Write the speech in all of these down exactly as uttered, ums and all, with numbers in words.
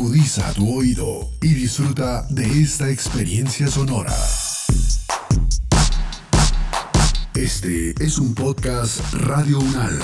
Agudiza tu oído y disfruta de esta experiencia sonora. Este es un podcast Radio Unal.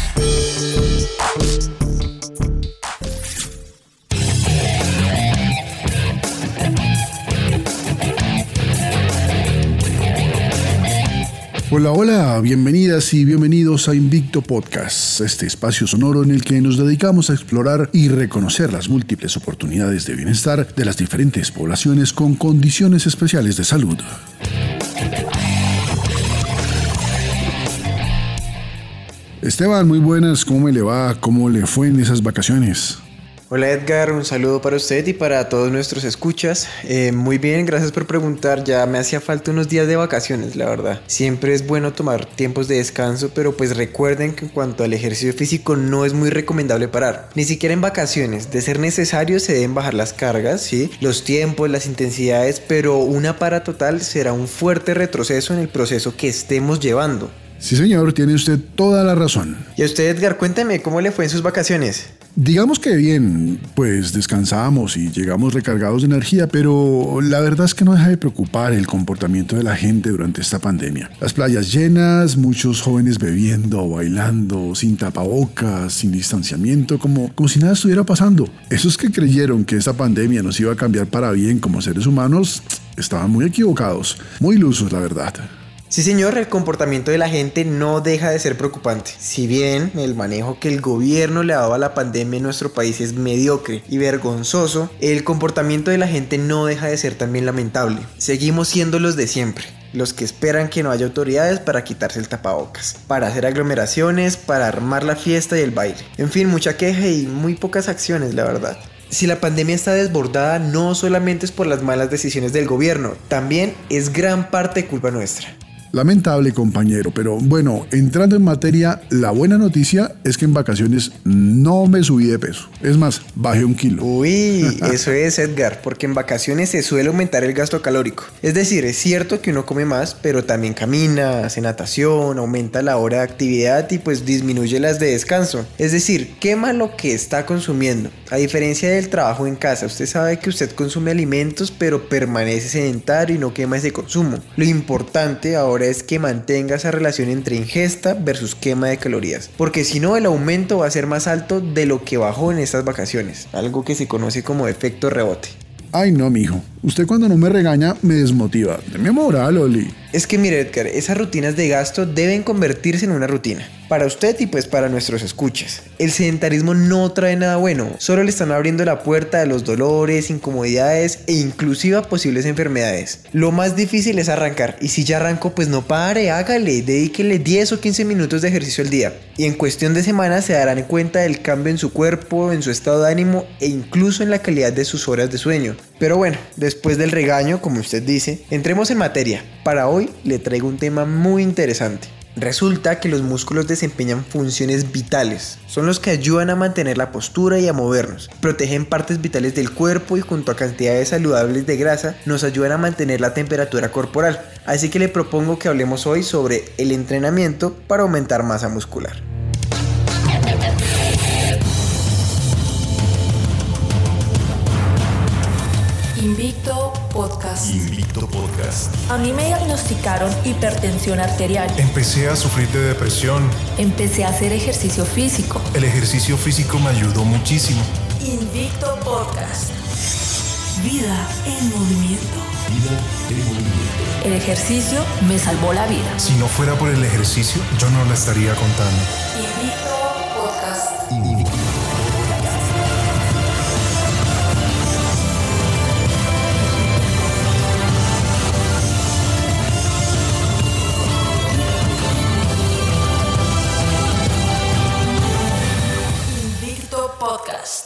Hola, hola, bienvenidas y bienvenidos a Invicto Podcast, este espacio sonoro en el que nos dedicamos a explorar y reconocer las múltiples oportunidades de bienestar de las diferentes poblaciones con condiciones especiales de salud. Esteban, muy buenas, ¿cómo me le va? ¿Cómo le fue en esas vacaciones? Hola Edgar, un saludo para usted y para todos nuestros escuchas. Eh, muy bien, gracias por preguntar. Ya me hacía falta unos días de vacaciones, la verdad. Siempre es bueno tomar tiempos de descanso, pero pues recuerden que en cuanto al ejercicio físico no es muy recomendable parar. Ni siquiera en vacaciones. De ser necesario se deben bajar las cargas, ¿sí? Los tiempos, las intensidades, pero una para total será un fuerte retroceso en el proceso que estemos llevando. Sí, señor, tiene usted toda la razón. Y a usted, Edgar, cuénteme, ¿cómo le fue en sus vacaciones? Digamos que bien, pues descansamos y llegamos recargados de energía, pero la verdad es que no deja de preocupar el comportamiento de la gente durante esta pandemia. Las playas llenas, muchos jóvenes bebiendo, bailando, sin tapabocas, sin distanciamiento, como, como si nada estuviera pasando. Esos que creyeron que esta pandemia nos iba a cambiar para bien como seres humanos, estaban muy equivocados, muy ilusos, la verdad. Sí señor, el comportamiento de la gente no deja de ser preocupante. Si bien el manejo que el gobierno le ha dado a la pandemia en nuestro país es mediocre y vergonzoso, el comportamiento de la gente no deja de ser también lamentable. Seguimos siendo los de siempre, los que esperan que no haya autoridades para quitarse el tapabocas, para hacer aglomeraciones, para armar la fiesta y el baile. En fin, mucha queja y muy pocas acciones, la verdad. Si la pandemia está desbordada, no solamente es por las malas decisiones del gobierno, también es gran parte culpa nuestra. Lamentable, compañero, pero bueno, entrando en materia, la buena noticia es que en vacaciones no me subí de peso. Es más, bajé un kilo. Uy, eso es, Edgar, porque en vacaciones se suele aumentar el gasto calórico. Es decir, es cierto que uno come más, pero también camina, hace natación, aumenta la hora de actividad y pues disminuye las de descanso. Es decir, quema lo que está consumiendo. A diferencia del trabajo en casa, usted sabe que usted consume alimentos, pero permanece sedentario y no quema ese consumo. Lo importante ahora es que mantenga esa relación entre ingesta versus quema de calorías, porque si no el aumento va a ser más alto de lo que bajó en estas vacaciones, algo que se conoce como efecto rebote. Ay no, mijo, usted cuando no me regaña me desmotiva. Deme moral, Oli. Es que mire, Edgar, esas rutinas de gasto deben convertirse en una rutina, para usted y pues para nuestros escuchas. El sedentarismo no trae nada bueno, solo le están abriendo la puerta a los dolores, incomodidades e inclusive a posibles enfermedades. Lo más difícil es arrancar, y si ya arrancó pues no pare, hágale, dedíquele diez o quince minutos de ejercicio al día. Y en cuestión de semanas se darán cuenta del cambio en su cuerpo, en su estado de ánimo e incluso en la calidad de sus horas de sueño. Pero bueno, después del regaño, como usted dice, entremos en materia. Para hoy le traigo un tema muy interesante. Resulta que los músculos desempeñan funciones vitales. Son los que ayudan a mantener la postura y a movernos. Protegen partes vitales del cuerpo y junto a cantidades saludables de grasa nos ayudan a mantener la temperatura corporal. Así que le propongo que hablemos hoy sobre el entrenamiento para aumentar masa muscular. Invicto Podcast. Invicto Podcast. A mí me diagnosticaron hipertensión arterial. Empecé a sufrir de depresión. Empecé a hacer ejercicio físico. El ejercicio físico me ayudó muchísimo. Invicto Podcast. Vida en movimiento. Vida en movimiento. El ejercicio me salvó la vida. Si no fuera por el ejercicio, yo no la estaría contando. Invicto Podcast. Invicto. Podcast.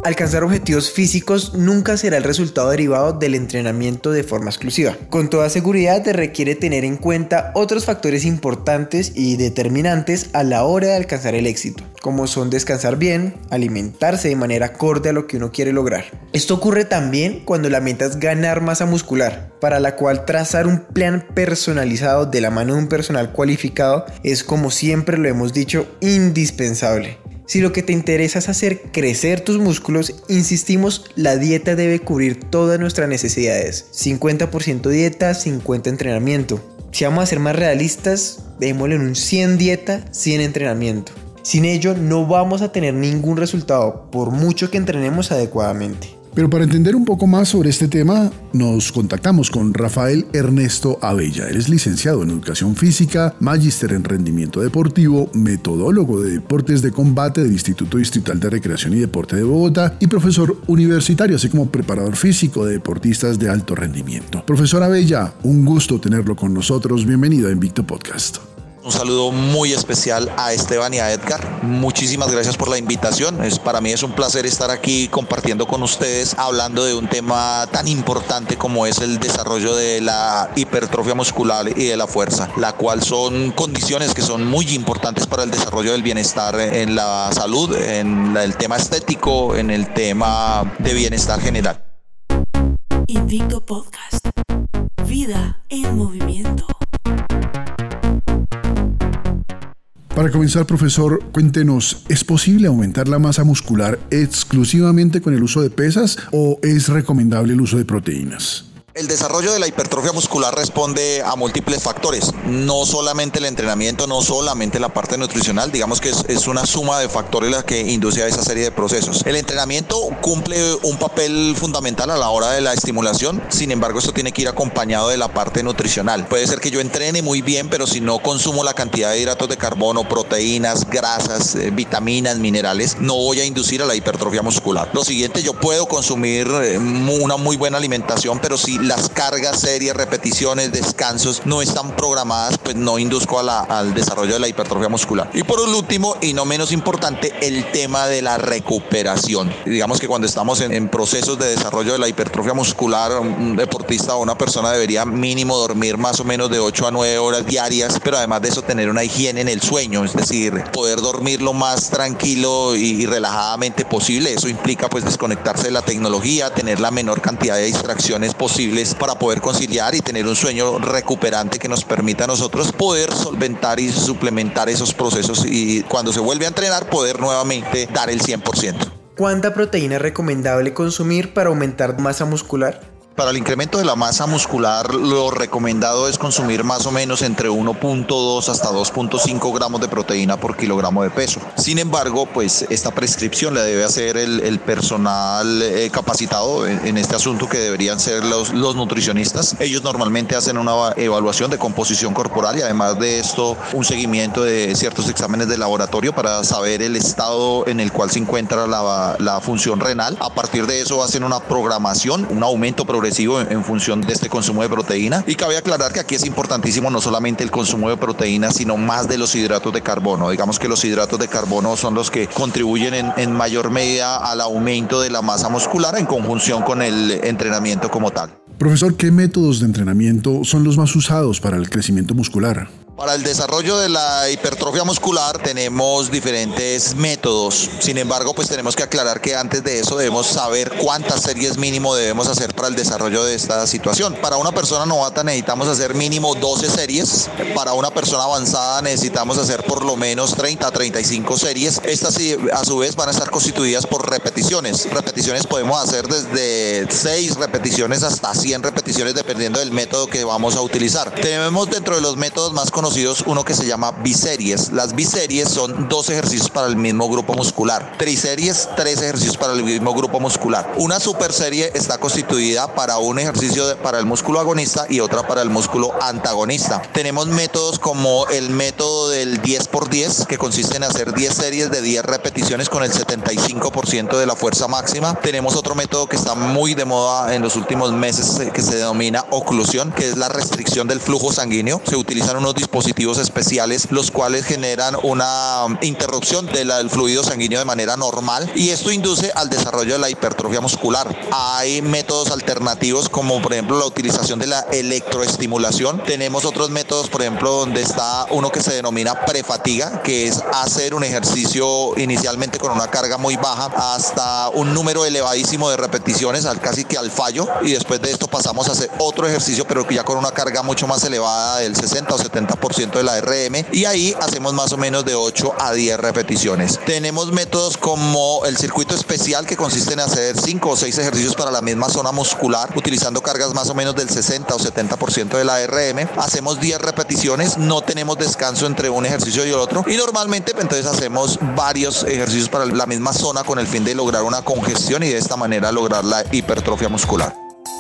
Alcanzar objetivos físicos nunca será el resultado derivado del entrenamiento de forma exclusiva. Con toda seguridad te requiere tener en cuenta otros factores importantes y determinantes a la hora de alcanzar el éxito, como son descansar bien, alimentarse de manera acorde a lo que uno quiere lograr. Esto ocurre también cuando la meta es ganar masa muscular, para la cual trazar un plan personalizado de la mano de un personal cualificado es, como siempre lo hemos dicho, indispensable. Si lo que te interesa es hacer crecer tus músculos, insistimos, la dieta debe cubrir todas nuestras necesidades. cincuenta por ciento dieta, cincuenta por ciento entrenamiento. Si vamos a ser más realistas, démosle en un cien dieta, cien entrenamiento. Sin ello no vamos a tener ningún resultado, por mucho que entrenemos adecuadamente. Pero para entender un poco más sobre este tema, nos contactamos con Rafael Ernesto Abella. Él es licenciado en Educación Física, magíster en Rendimiento Deportivo, metodólogo de deportes de combate del Instituto Distrital de Recreación y Deporte de Bogotá y profesor universitario, así como preparador físico de deportistas de alto rendimiento. Profesor Abella, un gusto tenerlo con nosotros. Bienvenido a Invicto Podcast. Un saludo muy especial a Esteban y a Edgar. Muchísimas gracias por la invitación. Es, para mí es un placer estar aquí compartiendo con ustedes, hablando de un tema tan importante como es el desarrollo de la hipertrofia muscular y de la fuerza, la cual son condiciones que son muy importantes para el desarrollo del bienestar en la salud, en el tema estético, en el tema de bienestar general. Invicto Podcast. Vida en movimiento. Para comenzar, profesor, cuéntenos, ¿es posible aumentar la masa muscular exclusivamente con el uso de pesas o es recomendable el uso de proteínas? El desarrollo de la hipertrofia muscular responde a múltiples factores, no solamente el entrenamiento, no solamente la parte nutricional, digamos que es, es una suma de factores la que induce a esa serie de procesos. El entrenamiento cumple un papel fundamental a la hora de la estimulación, sin embargo esto tiene que ir acompañado de la parte nutricional. Puede ser que yo entrene muy bien, pero si no consumo la cantidad de hidratos de carbono, proteínas, grasas, eh, vitaminas, minerales, no voy a inducir a la hipertrofia muscular. Lo siguiente, yo puedo consumir eh, una muy buena alimentación, pero si las cargas, series, repeticiones, descansos no están programadas, pues no induzco a la, al desarrollo de la hipertrofia muscular. Y por último, y no menos importante, el tema de la recuperación. Digamos que cuando estamos en, en procesos de desarrollo de la hipertrofia muscular, un deportista o una persona debería mínimo dormir más o menos de ocho a nueve horas diarias, pero además de eso tener una higiene en el sueño, es decir, poder dormir lo más tranquilo y, y relajadamente posible. Eso implica pues desconectarse de la tecnología, tener la menor cantidad de distracciones posibles para poder conciliar y tener un sueño recuperante que nos permita a nosotros poder solventar y suplementar esos procesos y cuando se vuelve a entrenar poder nuevamente dar el cien por ciento. ¿Cuánta proteína es recomendable consumir para aumentar masa muscular? Para el incremento de la masa muscular, lo recomendado es consumir más o menos entre uno punto dos hasta dos punto cinco gramos de proteína por kilogramo de peso. Sin embargo, pues esta prescripción la debe hacer el, el personal eh, capacitado en, en este asunto, que deberían ser los, los nutricionistas. Ellos normalmente hacen una evaluación de composición corporal y además de esto un seguimiento de ciertos exámenes de laboratorio para saber el estado en el cual se encuentra la, la función renal. A partir de eso hacen una programación, un aumento progresivo en función de este consumo de proteína. Y cabe aclarar que aquí es importantísimo no solamente el consumo de proteína, sino más de los hidratos de carbono. Digamos que los hidratos de carbono son los que contribuyen en, en mayor medida al aumento de la masa muscular en conjunción con el entrenamiento como tal. Profesor, ¿qué métodos de entrenamiento son los más usados para el crecimiento muscular? Para el desarrollo de la hipertrofia muscular tenemos diferentes métodos. Sin embargo, pues tenemos que aclarar que antes de eso debemos saber cuántas series mínimo debemos hacer para el desarrollo de esta situación. Para una persona novata necesitamos hacer mínimo doce series. Para una persona avanzada necesitamos hacer por lo menos treinta a treinta y cinco series. Estas a su vez van a estar constituidas por repeticiones. Repeticiones podemos hacer desde seis repeticiones hasta cien repeticiones dependiendo del método que vamos a utilizar. Tenemos dentro de los métodos más conocidos uno que se llama biseries. Las biseries son dos ejercicios para el mismo grupo muscular. Triseries, tres ejercicios para el mismo grupo muscular. Una superserie está constituida para un ejercicio de, para el músculo agonista y otra para el músculo antagonista. Tenemos métodos como el método del diez por diez, que consiste en hacer diez series de diez repeticiones con el setenta y cinco por ciento de la fuerza máxima. Tenemos otro método que está muy de moda en los últimos meses, que se denomina oclusión, que es la restricción del flujo sanguíneo. Se utilizan unos dispositivos dispositivos especiales, los cuales generan una interrupción del fluido sanguíneo de manera normal, y esto induce al desarrollo de la hipertrofia muscular. Hay métodos alternativos como por ejemplo la utilización de la electroestimulación. Tenemos otros métodos, por ejemplo, donde está uno que se denomina prefatiga, que es hacer un ejercicio inicialmente con una carga muy baja hasta un número elevadísimo de repeticiones, al casi que al fallo, y después de esto pasamos a hacer otro ejercicio pero ya con una carga mucho más elevada del sesenta o setenta por ciento de la R M, y ahí hacemos más o menos de ocho a diez repeticiones. Tenemos métodos como el circuito especial, que consiste en hacer cinco o seis ejercicios para la misma zona muscular utilizando cargas más o menos del sesenta o setenta por ciento de la R M. Hacemos diez repeticiones, no tenemos descanso entre un ejercicio y el otro, y normalmente entonces hacemos varios ejercicios para la misma zona con el fin de lograr una congestión y de esta manera lograr la hipertrofia muscular.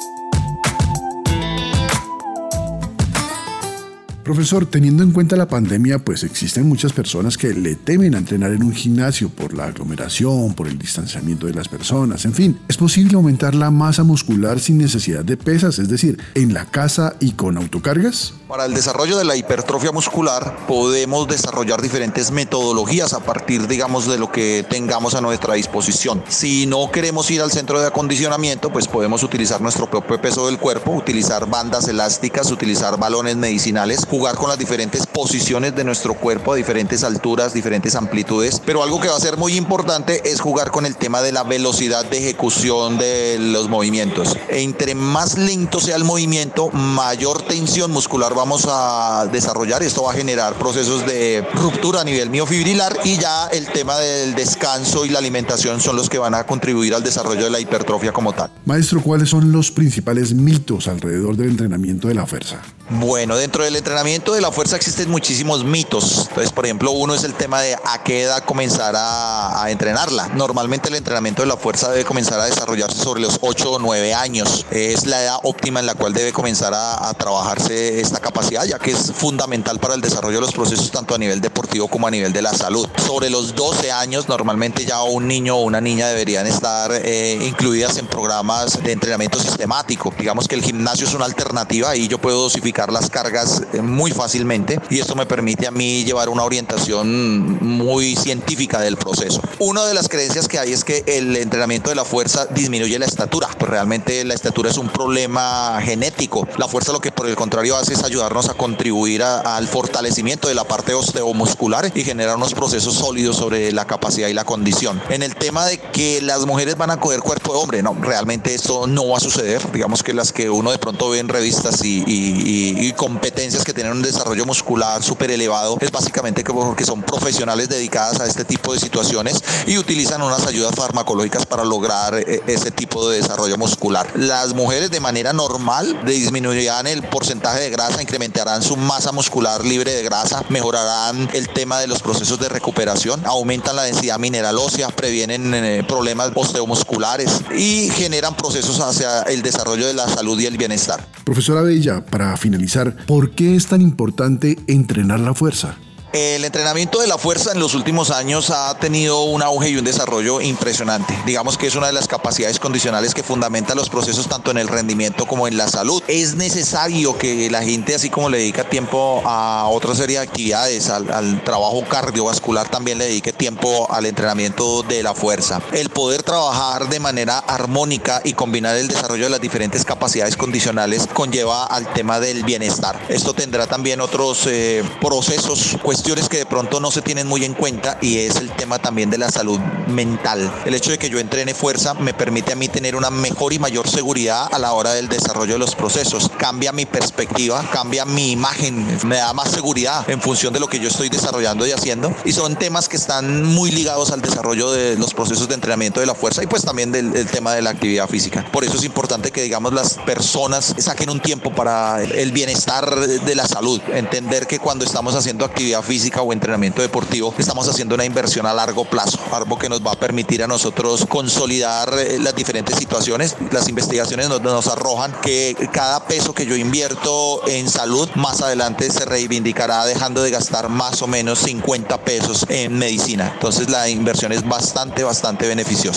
Profesor, teniendo en cuenta la pandemia, pues existen muchas personas que le temen a entrenar en un gimnasio por la aglomeración, por el distanciamiento de las personas, en fin. ¿Es posible aumentar la masa muscular sin necesidad de pesas, es decir, en la casa y con autocargas? Para el desarrollo de la hipertrofia muscular podemos desarrollar diferentes metodologías a partir, digamos, de lo que tengamos a nuestra disposición. Si no queremos ir al centro de acondicionamiento, pues podemos utilizar nuestro propio peso del cuerpo, utilizar bandas elásticas, utilizar balones medicinales, jugar con las diferentes posiciones de nuestro cuerpo a diferentes alturas, diferentes amplitudes, pero algo que va a ser muy importante es jugar con el tema de la velocidad de ejecución de los movimientos. Entre más lento sea el movimiento, mayor tensión muscular vamos a desarrollar, y esto va a generar procesos de ruptura a nivel miofibrilar, y ya el tema del descanso y la alimentación son los que van a contribuir al desarrollo de la hipertrofia como tal. Maestro, ¿cuáles son los principales mitos alrededor del entrenamiento de la fuerza? Bueno, dentro del entrenamiento de la fuerza existen muchísimos mitos. Entonces, por ejemplo, uno es el tema de a qué edad comenzar a, a entrenarla. Normalmente el entrenamiento de la fuerza debe comenzar a desarrollarse sobre los ocho o nueve años. Es la edad óptima en la cual debe comenzar a, a trabajarse esta capacidad, ya que es fundamental para el desarrollo de los procesos tanto a nivel deportivo como a nivel de la salud. Sobre los doce años, normalmente ya un niño o una niña deberían estar eh, incluidas en programas de entrenamiento sistemático. Digamos que el gimnasio es una alternativa y yo puedo dosificar las cargas muy fácilmente, y esto me permite a mí llevar una orientación muy científica del proceso. Una de las creencias que hay es que el entrenamiento de la fuerza disminuye la estatura. Pues realmente la estatura es un problema genético. La fuerza lo que por el contrario hace es ayudarnos a contribuir a, al fortalecimiento de la parte osteomuscular y generar unos procesos sólidos sobre la capacidad y la condición. En el tema de que las mujeres van a coger cuerpo de hombre, no, realmente esto no va a suceder. Digamos que las que uno de pronto ve en revistas y, y, y y competencias que tienen un desarrollo muscular súper elevado es básicamente porque son profesionales dedicadas a este tipo de situaciones y utilizan unas ayudas farmacológicas para lograr ese tipo de desarrollo muscular. Las mujeres de manera normal disminuirán el porcentaje de grasa, incrementarán su masa muscular libre de grasa, mejorarán el tema de los procesos de recuperación, aumentan la densidad mineral ósea, previenen eh, problemas osteomusculares y generan procesos hacia el desarrollo de la salud y el bienestar. Profesora Bella, para finalizar, ¿por qué es tan importante entrenar la fuerza? El entrenamiento de la fuerza en los últimos años ha tenido un auge y un desarrollo impresionante. Digamos que es una de las capacidades condicionales que fundamenta los procesos tanto en el rendimiento como en la salud. Es necesario que la gente, así como le dedica tiempo a otra serie de actividades, al, al trabajo cardiovascular, también le dedique tiempo al entrenamiento de la fuerza. El poder trabajar de manera armónica y combinar el desarrollo de las diferentes capacidades condicionales conlleva al tema del bienestar. Esto tendrá también otros eh, procesos, cuestiones que de pronto no se tienen muy en cuenta, y es el tema también de la salud mental. El hecho de que yo entrene fuerza me permite a mí tener una mejor y mayor seguridad a la hora del desarrollo de los procesos. Cambia mi perspectiva, cambia mi imagen, me da más seguridad en función de lo que yo estoy desarrollando y haciendo, y son temas que están muy ligados al desarrollo de los procesos de entrenamiento de la fuerza y pues también del, del tema de la actividad física. Por eso es importante que, digamos, las personas saquen un tiempo para el bienestar de la salud, entender que cuando estamos haciendo actividad física o entrenamiento deportivo estamos haciendo una inversión a largo plazo, algo que nos va a permitir a nosotros consolidar las diferentes situaciones. Las investigaciones nos, nos arrojan que cada peso que yo invierto en salud más adelante se reivindicará dejando de gastar más o menos cincuenta pesos en medicina. Entonces la inversión es bastante, bastante beneficiosa.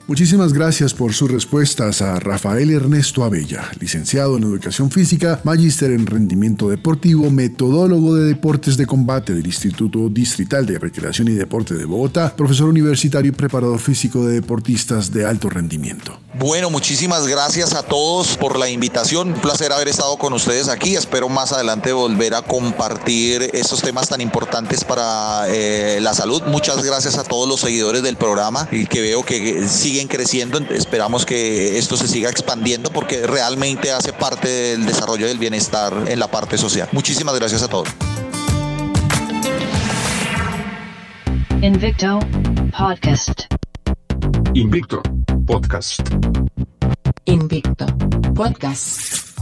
Muchísimas gracias por sus respuestas a Rafael Ernesto Abella, licenciado en Educación Física, magíster en Rendimiento Deportivo, metodólogo de Deportes de Combate del Instituto Distrital de Recreación y Deporte de Bogotá, profesor universitario y preparador físico de deportistas de alto rendimiento. Bueno, muchísimas gracias a todos por la invitación. Un placer haber estado con ustedes aquí. Espero más adelante volver a compartir estos temas tan importantes para eh, la salud. Muchas gracias a todos los seguidores del programa y que veo que siguen creciendo. Esperamos que esto se siga expandiendo porque realmente hace parte del desarrollo del bienestar en la parte social. Muchísimas gracias a todos. Invicto Podcast. Invicto Podcast. Invicto Podcast.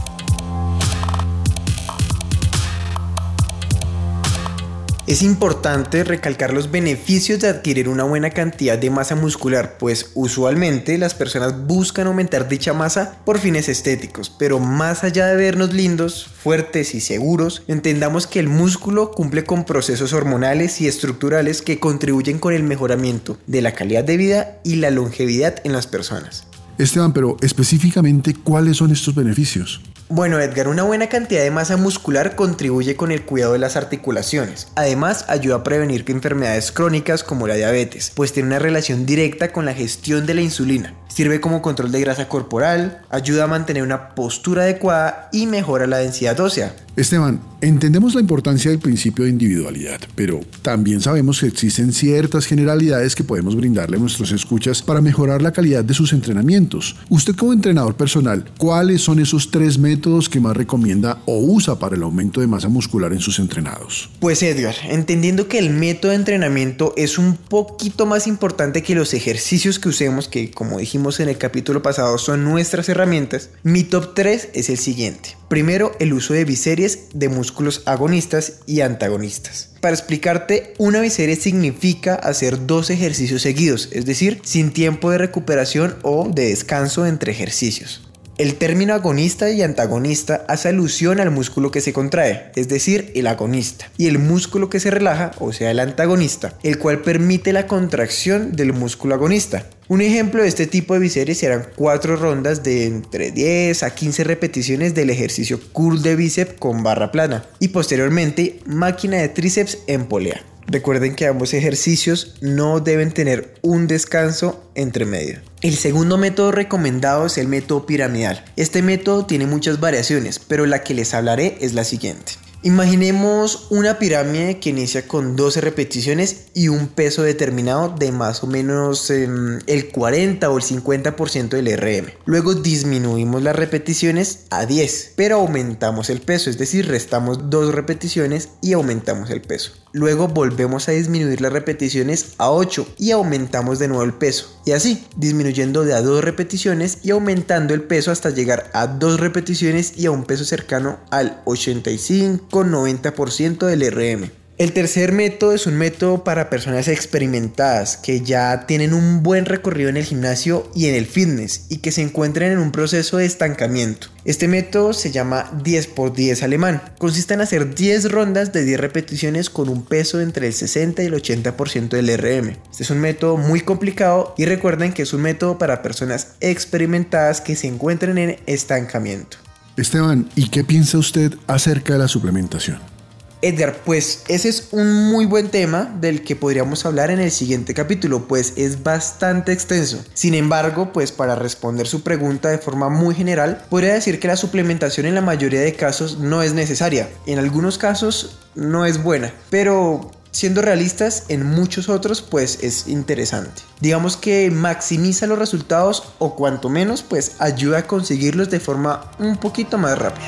Es importante recalcar los beneficios de adquirir una buena cantidad de masa muscular, pues usualmente las personas buscan aumentar dicha masa por fines estéticos, pero más allá de vernos lindos, fuertes y seguros, entendamos que el músculo cumple con procesos hormonales y estructurales que contribuyen con el mejoramiento de la calidad de vida y la longevidad en las personas. Esteban, pero específicamente, ¿cuáles son estos beneficios? Bueno, Edgar, una buena cantidad de masa muscular contribuye con el cuidado de las articulaciones. Además, ayuda a prevenir enfermedades crónicas como la diabetes, pues tiene una relación directa con la gestión de la insulina. Sirve como control de grasa corporal, ayuda a mantener una postura adecuada y mejora la densidad ósea. Esteban, entendemos la importancia del principio de individualidad, pero también sabemos que existen ciertas generalidades que podemos brindarle a nuestros escuchas para mejorar la calidad de sus entrenamientos. Usted como entrenador personal, ¿cuáles son esos tres métodos que más recomienda o usa para el aumento de masa muscular en sus entrenados? Pues Edgar, entendiendo que el método de entrenamiento es un poquito más importante que los ejercicios que usemos, que como dijimos en el capítulo pasado son nuestras herramientas, mi top tres es el siguiente. Primero, el uso de biseries de músculos agonistas y antagonistas. Para explicarte, una biserie significa hacer dos ejercicios seguidos, es decir, sin tiempo de recuperación o de descanso entre ejercicios. El término agonista y antagonista hace alusión al músculo que se contrae, es decir, el agonista, y el músculo que se relaja, o sea, el antagonista, el cual permite la contracción del músculo agonista. Un ejemplo de este tipo de biseries serán cuatro rondas de entre diez a quince repeticiones del ejercicio curl de bíceps con barra plana y posteriormente máquina de tríceps en polea. Recuerden que ambos ejercicios no deben tener un descanso entre medio. El segundo método recomendado es el método piramidal. Este método tiene muchas variaciones, pero la que les hablaré es la siguiente. Imaginemos una pirámide que inicia con doce repeticiones y un peso determinado de más o menos eh, el cuarenta o el cincuenta por ciento del R M. Luego disminuimos las repeticiones a diez, pero aumentamos el peso, es decir, restamos dos repeticiones y aumentamos el peso. Luego volvemos a disminuir las repeticiones a ocho y aumentamos de nuevo el peso. Y así, disminuyendo de a dos repeticiones y aumentando el peso hasta llegar a dos repeticiones y a un peso cercano al ochenta y cinco noventa por ciento del R M. El tercer método es un método para personas experimentadas que ya tienen un buen recorrido en el gimnasio y en el fitness y que se encuentran en un proceso de estancamiento. Este método se llama diez por diez alemán. Consiste en hacer diez rondas de diez repeticiones con un peso entre el sesenta y el ochenta por ciento del R M. Este es un método muy complicado y recuerden que es un método para personas experimentadas que se encuentran en estancamiento. Esteban, ¿y qué piensa usted acerca de la suplementación? Edgar, pues ese es un muy buen tema del que podríamos hablar en el siguiente capítulo, pues es bastante extenso. Sin embargo, pues para responder su pregunta de forma muy general, podría decir que la suplementación en la mayoría de casos no es necesaria. En algunos casos no es buena, pero siendo realistas, en muchos otros pues es interesante. Digamos que maximiza los resultados o cuanto menos pues ayuda a conseguirlos de forma un poquito más rápida.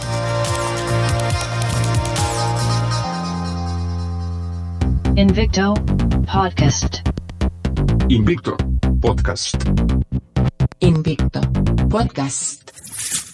Invicto Podcast. Invicto Podcast. Invicto Podcast.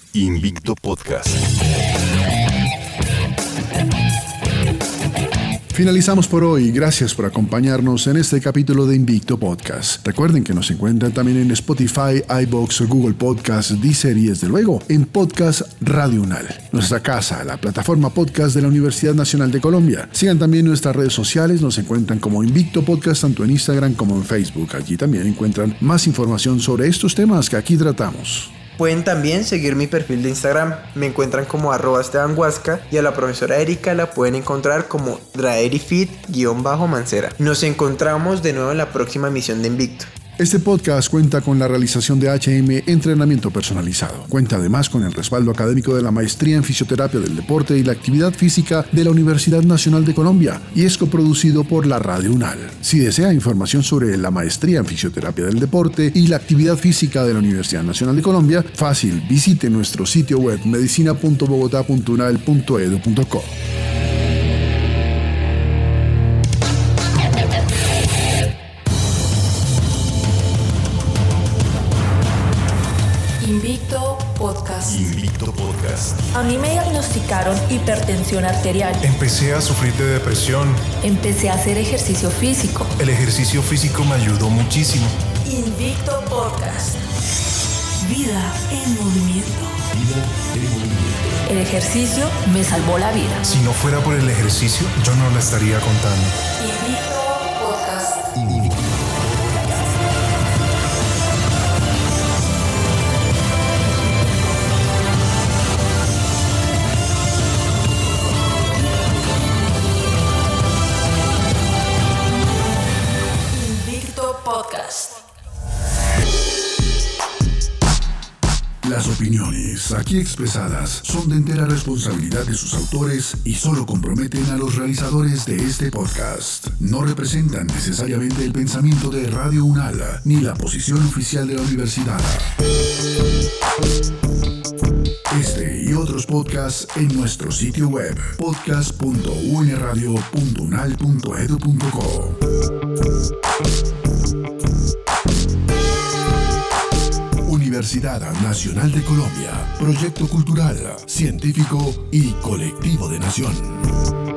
Invicto Podcast. Finalizamos por hoy. Gracias por acompañarnos en este capítulo de Invicto Podcast. Recuerden que nos encuentran también en Spotify, iVoox, Google Podcast, Deezer y desde luego en Podcast Radio Unal, nuestra casa, la plataforma podcast de la Universidad Nacional de Colombia. Sigan también nuestras redes sociales, nos encuentran como Invicto Podcast tanto en Instagram como en Facebook. Allí también encuentran más información sobre estos temas que aquí tratamos. Pueden también seguir mi perfil de Instagram, me encuentran como arroba Esteban Huasca y a la profesora Erika la pueden encontrar como draerifit-mancera. Nos encontramos de nuevo en la próxima emisión de Invicto. Este podcast cuenta con la realización de H M Entrenamiento Personalizado. Cuenta además con el respaldo académico de la Maestría en Fisioterapia del Deporte y la Actividad Física de la Universidad Nacional de Colombia y es coproducido por la Radio Unal. Si desea información sobre la Maestría en Fisioterapia del Deporte y la Actividad Física de la Universidad Nacional de Colombia, fácil, visite nuestro sitio web medicina punto bogotá punto unal punto edu punto co. Invicto Podcast. Invicto Podcast. A mí me diagnosticaron hipertensión arterial. Empecé a sufrir de depresión. Empecé a hacer ejercicio físico. El ejercicio físico me ayudó muchísimo. Invicto Podcast. Vida en movimiento. Vida en movimiento. El ejercicio me salvó la vida. Si no fuera por el ejercicio, yo no la estaría contando. Invicto Podcast. Invicto. Podcast. Las opiniones aquí expresadas son de entera responsabilidad de sus autores y solo comprometen a los realizadores de este podcast. No representan necesariamente el pensamiento de Radio Unal ni la posición oficial de la universidad. Este y otros podcasts en nuestro sitio web podcast punto u n radio punto unal punto edu punto co. Universidad Nacional de Colombia, proyecto cultural, científico y colectivo de nación.